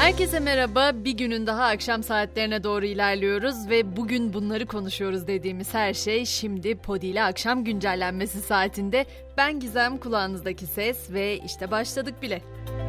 Herkese merhaba. Bir günün daha akşam saatlerine doğru ilerliyoruz ve bugün bunları konuşuyoruz dediğimiz her şey şimdi Podi ile akşam güncellenmesi saatinde. Ben Gizem, kulağınızdaki ses ve işte başladık bile.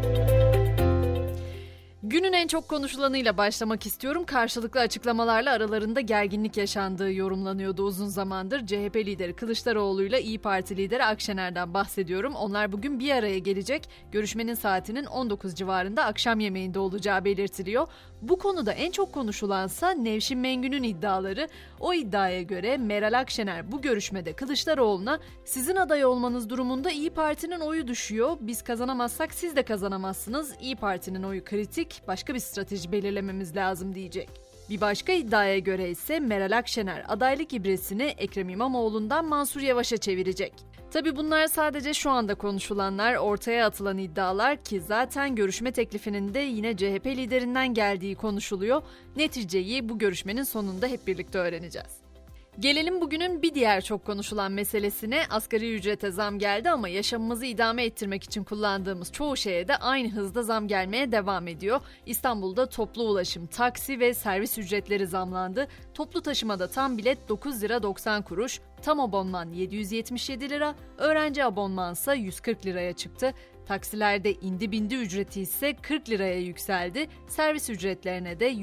Günün en çok konuşulanıyla başlamak istiyorum. Karşılıklı açıklamalarla aralarında gerginlik yaşandığı yorumlanıyordu uzun zamandır. CHP lideri Kılıçdaroğlu ile İYİ Parti lideri Akşener'den bahsediyorum. Onlar bugün bir araya gelecek. Görüşmenin saatinin 19 civarında akşam yemeğinde olacağı belirtiliyor. Bu konuda en çok konuşulansa Nevşin Mengü'nün iddiaları. O iddiaya göre Meral Akşener bu görüşmede Kılıçdaroğlu'na "Sizin aday olmanız durumunda İYİ Parti'nin oyu düşüyor. Biz kazanamazsak siz de kazanamazsınız. İYİ Parti'nin oyu kritik. Başka bir strateji belirlememiz lazım" diyecek. Bir başka iddiaya göre ise Meral Akşener adaylık ibresini Ekrem İmamoğlu'ndan Mansur Yavaş'a çevirecek. Tabii bunlar sadece şu anda konuşulanlar, ortaya atılan iddialar ki zaten görüşme teklifinin de yine CHP liderinden geldiği konuşuluyor. Neticeyi bu görüşmenin sonunda hep birlikte öğreneceğiz. Gelelim bugünün bir diğer çok konuşulan meselesine. Asgari ücrete zam geldi ama yaşamımızı idame ettirmek için kullandığımız çoğu şeye de aynı hızda zam gelmeye devam ediyor. İstanbul'da toplu ulaşım, taksi ve servis ücretleri zamlandı. Toplu taşımada tam bilet 9 lira 90 kuruş, tam abonman 777 lira, öğrenci abonmansa 140 liraya çıktı. Taksilerde indi bindi ücreti ise 40 liraya yükseldi. Servis ücretlerine de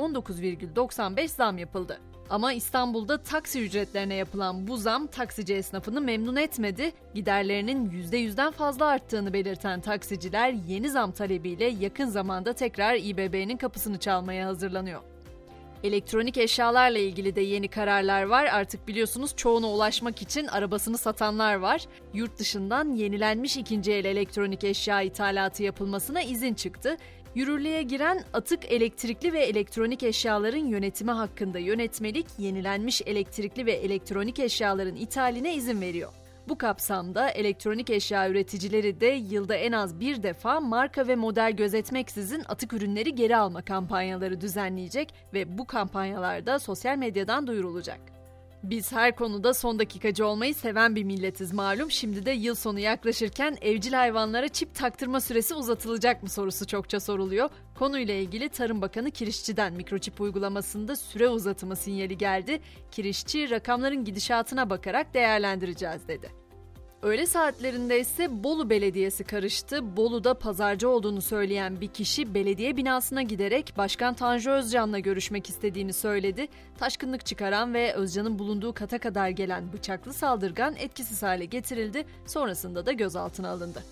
%19,95 zam yapıldı. Ama İstanbul'da taksi ücretlerine yapılan bu zam taksici esnafını memnun etmedi. Giderlerinin %100'den fazla arttığını belirten taksiciler yeni zam talebiyle yakın zamanda tekrar İBB'nin kapısını çalmaya hazırlanıyor. Elektronik eşyalarla ilgili de yeni kararlar var. Artık biliyorsunuz çoğuna ulaşmak için arabasını satanlar var. Yurt dışından yenilenmiş ikinci el elektronik eşya ithalatı yapılmasına izin çıktı. Yürürlüğe giren atık elektrikli ve elektronik eşyaların yönetimi hakkında yönetmelik, yenilenmiş elektrikli ve elektronik eşyaların ithaline izin veriyor. Bu kapsamda elektronik eşya üreticileri de yılda en az bir defa marka ve model gözetmeksizin atık ürünleri geri alma kampanyaları düzenleyecek ve bu kampanyalarda sosyal medyadan duyurulacak. Biz her konuda son dakikacı olmayı seven bir milletiz malum. Şimdi de yıl sonu yaklaşırken evcil hayvanlara çip taktırma süresi uzatılacak mı sorusu çokça soruluyor. Konuyla ilgili Tarım Bakanı Kirişçi'den mikroçip uygulamasında süre uzatımı sinyali geldi. Kirişçi rakamların gidişatına bakarak değerlendireceğiz dedi. Öğle saatlerinde ise Bolu Belediyesi karıştı. Bolu'da pazarcı olduğunu söyleyen bir kişi belediye binasına giderek Başkan Tanju Özcan'la görüşmek istediğini söyledi. Taşkınlık çıkaran ve Özcan'ın bulunduğu kata kadar gelen bıçaklı saldırgan etkisiz hale getirildi. Sonrasında da gözaltına alındı.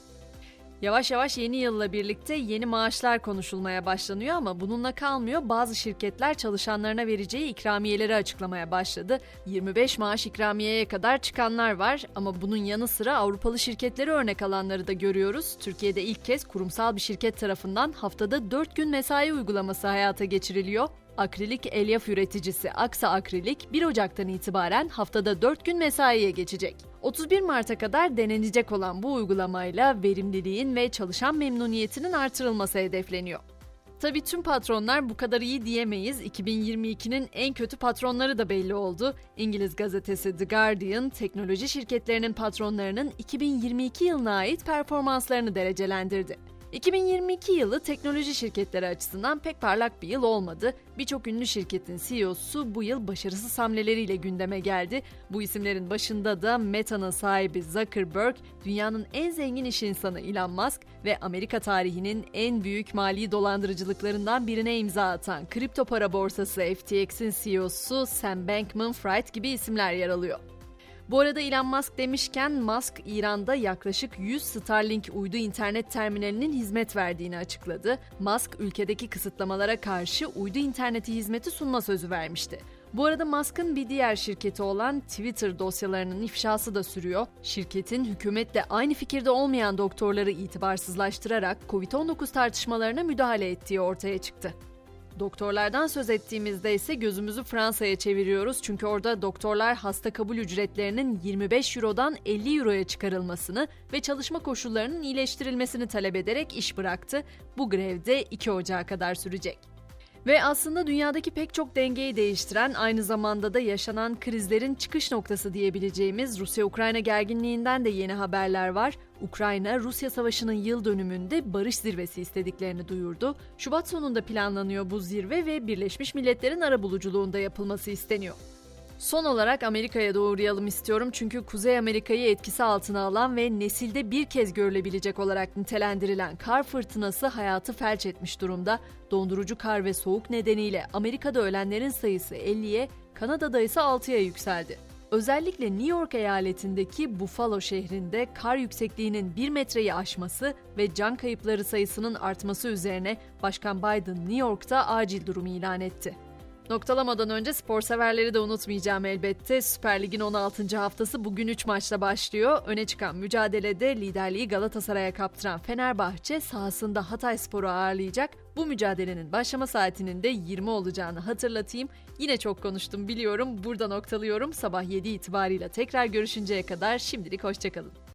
Yavaş yavaş yeni yılla birlikte yeni maaşlar konuşulmaya başlanıyor ama bununla kalmıyor. Bazı şirketler çalışanlarına vereceği ikramiyeleri açıklamaya başladı. 25 maaş ikramiyeye kadar çıkanlar var ama bunun yanı sıra Avrupalı şirketleri örnek alanları da görüyoruz. Türkiye'de ilk kez kurumsal bir şirket tarafından haftada 4 gün mesai uygulaması hayata geçiriliyor. Akrilik elyaf üreticisi Aksa Akrilik 1 Ocak'tan itibaren haftada 4 gün mesaiye geçecek. 31 Mart'a kadar denenecek olan bu uygulamayla verimliliğin ve çalışan memnuniyetinin artırılması hedefleniyor. Tabii tüm patronlar bu kadar iyi diyemeyiz. 2022'nin en kötü patronları da belli oldu. İngiliz gazetesi The Guardian, teknoloji şirketlerinin patronlarının 2022 yılına ait performanslarını derecelendirdi. 2022 yılı teknoloji şirketleri açısından pek parlak bir yıl olmadı. Birçok ünlü şirketin CEO'su bu yıl başarısız hamleleriyle gündeme geldi. Bu isimlerin başında da Meta'nın sahibi Zuckerberg, dünyanın en zengin iş insanı Elon Musk ve Amerika tarihinin en büyük mali dolandırıcılıklarından birine imza atan kripto para borsası FTX'in CEO'su Sam Bankman-Fried gibi isimler yer alıyor. Bu arada Elon Musk demişken Musk İran'da yaklaşık 100 Starlink uydu internet terminalinin hizmet verdiğini açıkladı. Musk ülkedeki kısıtlamalara karşı uydu interneti hizmeti sunma sözü vermişti. Bu arada Musk'ın bir diğer şirketi olan Twitter dosyalarının ifşası da sürüyor. Şirketin hükümetle aynı fikirde olmayan doktorları itibarsızlaştırarak Covid-19 tartışmalarına müdahale ettiği ortaya çıktı. Doktorlardan söz ettiğimizde ise gözümüzü Fransa'ya çeviriyoruz. Çünkü orada doktorlar hasta kabul ücretlerinin 25 Euro'dan 50 Euro'ya çıkarılmasını ve çalışma koşullarının iyileştirilmesini talep ederek iş bıraktı. Bu grev de 2 Ocağı kadar sürecek. Ve aslında dünyadaki pek çok dengeyi değiştiren, aynı zamanda da yaşanan krizlerin çıkış noktası diyebileceğimiz Rusya-Ukrayna gerginliğinden de yeni haberler var. Ukrayna, Rusya Savaşı'nın yıl dönümünde barış zirvesi istediklerini duyurdu. Şubat sonunda planlanıyor bu zirve ve Birleşmiş Milletler'in arabuluculuğunda yapılması isteniyor. Son olarak Amerika'ya da uğrayalım istiyorum çünkü Kuzey Amerika'yı etkisi altına alan ve nesilde bir kez görülebilecek olarak nitelendirilen kar fırtınası hayatı felç etmiş durumda. Dondurucu kar ve soğuk nedeniyle Amerika'da ölenlerin sayısı 50'ye, Kanada'da ise 6'ya yükseldi. Özellikle New York eyaletindeki Buffalo şehrinde kar yüksekliğinin 1 metreyi aşması ve can kayıpları sayısının artması üzerine Başkan Biden New York'ta acil durum ilan etti. Noktalamadan önce spor severleri de unutmayacağım elbette. Süper Lig'in 16. haftası bugün 3 maçla başlıyor. Öne çıkan mücadelede liderliği Galatasaray'a kaptıran Fenerbahçe sahasında Hatayspor'u ağırlayacak. Bu mücadelenin başlama saatinin de 20 olacağını hatırlatayım. Yine çok konuştum biliyorum. Burada noktalıyorum. Sabah 7 itibariyle tekrar görüşünceye kadar şimdilik hoşçakalın.